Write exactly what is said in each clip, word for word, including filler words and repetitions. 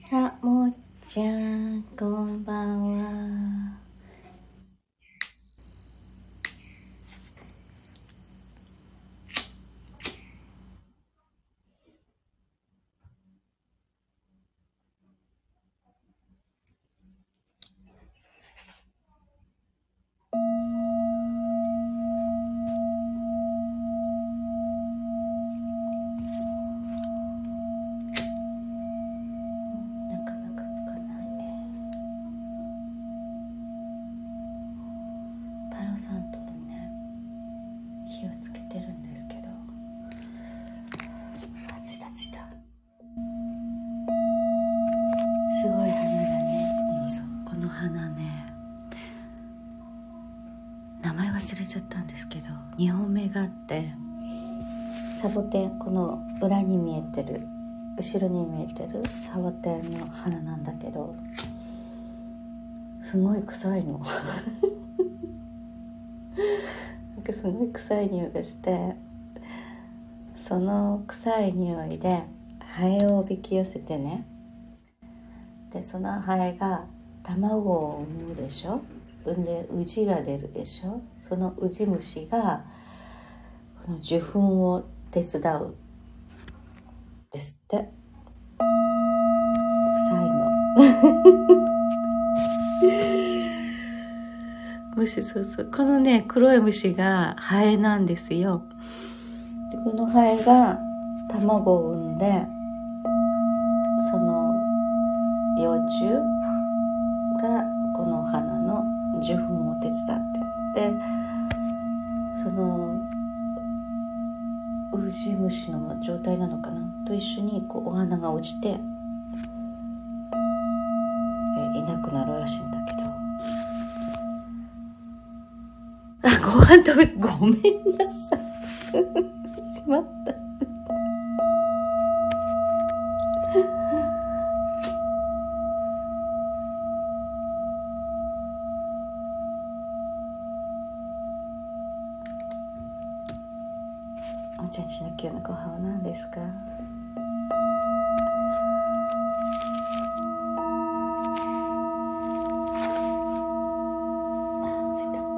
あ、もっちゃん、こんばんは。なかなかつかない。パロさんとね、火をつけてるんですけど、あ、ついたついた。すごい花だね。そう、この花ね、名前忘れちゃったんですけど、にほんめがあって、サボテン、この裏に見えてる、後ろに見えてるサボテンの花なんだけど、すごい臭いの。なんかすごい臭い匂いがして、その臭い匂いでハエをおびき寄せてね、でそのハエが卵を産むでしょ。産んでウジが出るでしょ。そのウジ虫がこの受粉を手伝うですって。臭いの。虫、そうそう、このね黒い虫がハエなんですよ。でこのハエが卵を産んで、その幼虫がこの花の受粉を手伝ってで、そのウジ虫の状態なのかなと一緒にこうお花が落ちてえいなくなるらしいんだけど、あ、ご飯食べ、ごめんなさい。しまった。おちゃんちの今日のご飯は何ですか？あ、ついた。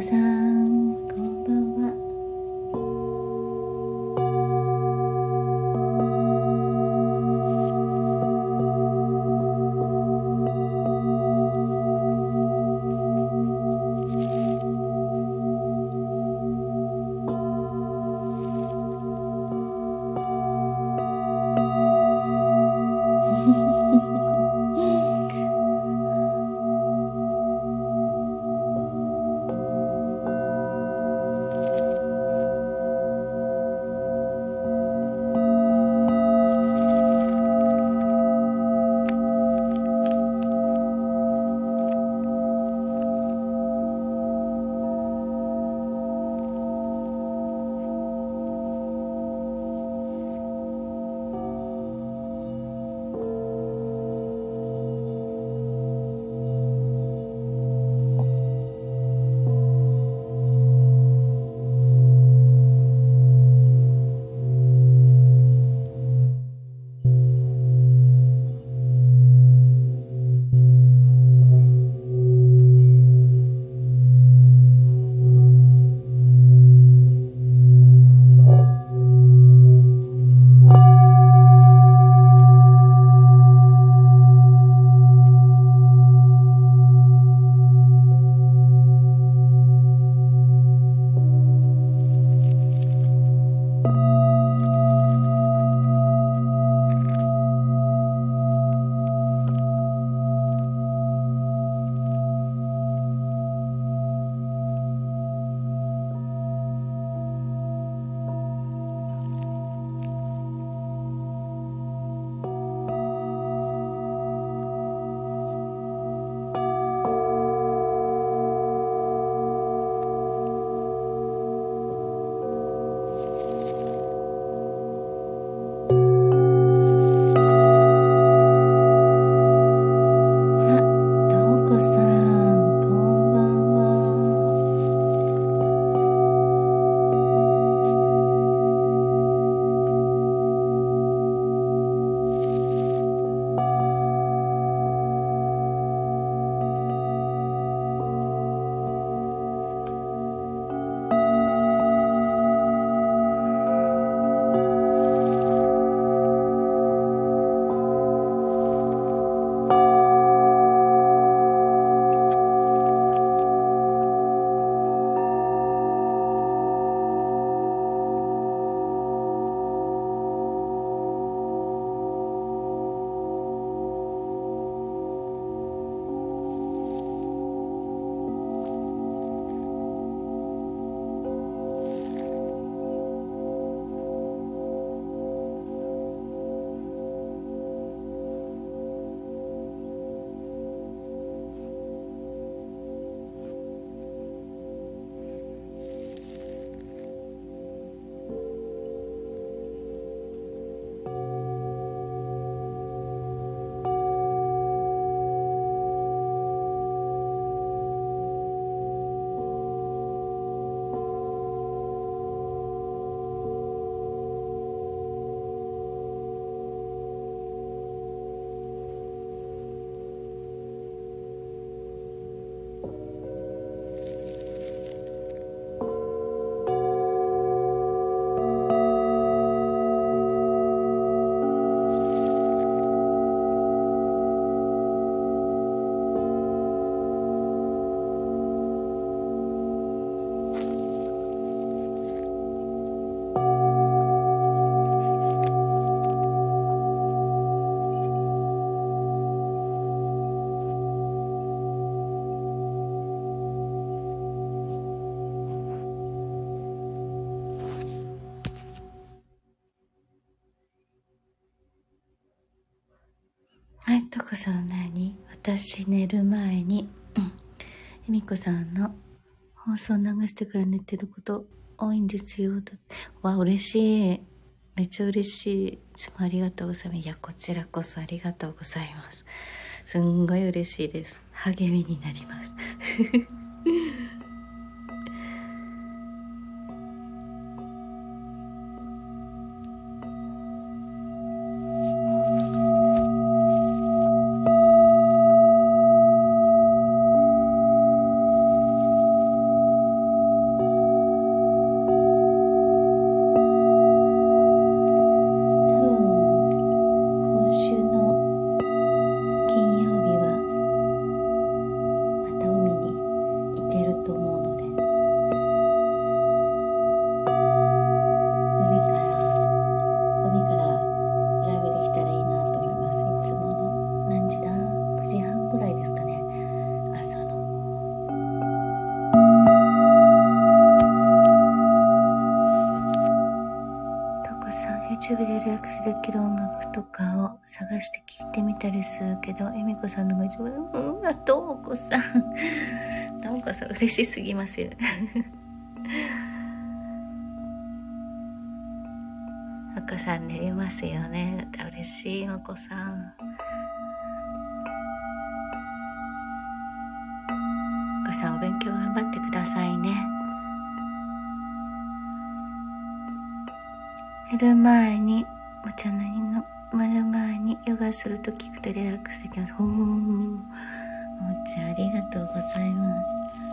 こさん、こんばんは。はい、とこさん何？私寝る前に、えみこさんの放送流してから寝てること多いんですよ。わ、嬉しい。めっちゃ嬉しい。いつもありがとうございます。いや、こちらこそありがとうございます。すんごい嬉しいです。励みになります。 ちできる音楽とかを探して聴いてみたりするけど、恵美子さんのが一番、うわ、ともこさんともこさん嬉しすぎますよお子さん寝れますよね。嬉しいお子さん。お子さんお勉強頑張ってくださいね。寝る前にお茶のにの寝る前にヨガすると聞くとリラックスできます。ほー、お茶ありがとうございます。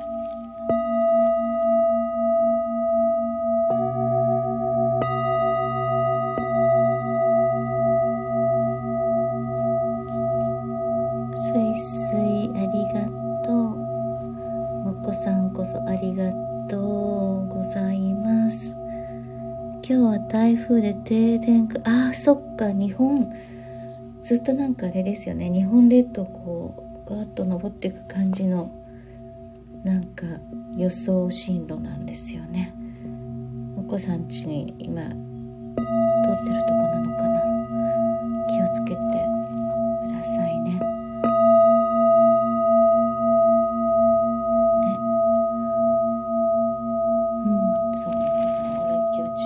すいすいありがとう。もこさんこそありがとうございます。今日は台風で停電か、あーそっか、日本ずっとなんかあれですよね、日本列島こうガーッと登っていく感じのなんか予想進路なんですよね。お子さん家に今通ってるとこなのかな。気をつけてくださいね。うん、そう、お勉強中なんです。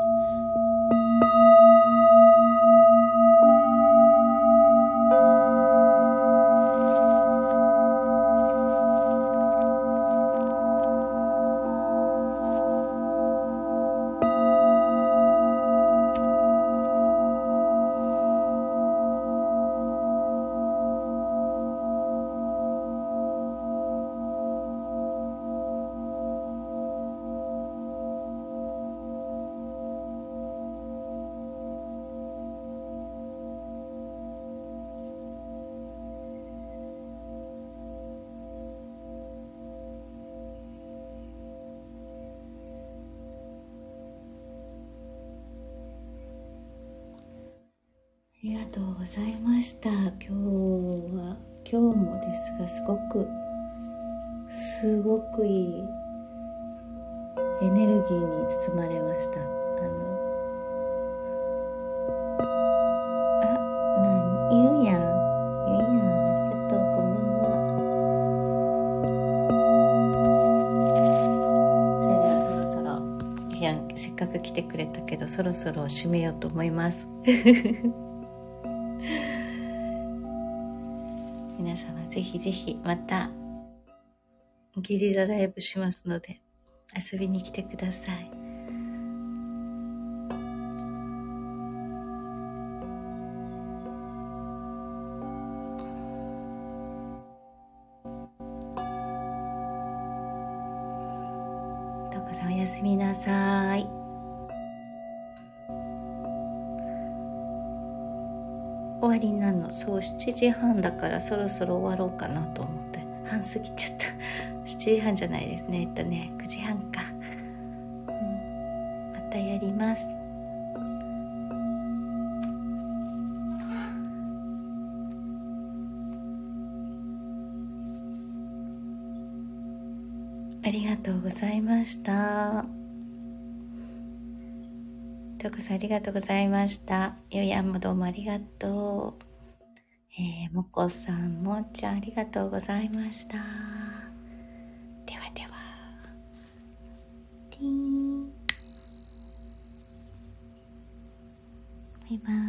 ありがとうございました。今日は今日もですがすごくすごくいいエネルギーに包まれました。あのあ、なんゆうやんゆうやんありがとう、こんばんは。それではそろそろゆうやんせっかく来てくれたけどそろそろ締めようと思います皆様ぜひぜひまたゲリラライブしますので遊びに来てください。とこさんおやすみなさい。終わりなの。そう、しちじはんだからそろそろ終わろうかなと思って。半過ぎちゃったしちじはんじゃないですね、えっとねくじはんか、うん、またやります。ありがとうございました。とこさんありがとうございました。ゆうやんもどうもありがとう。えー、もこさんもちゃんありがとうございました。ではでは、ティーン、バイバイ。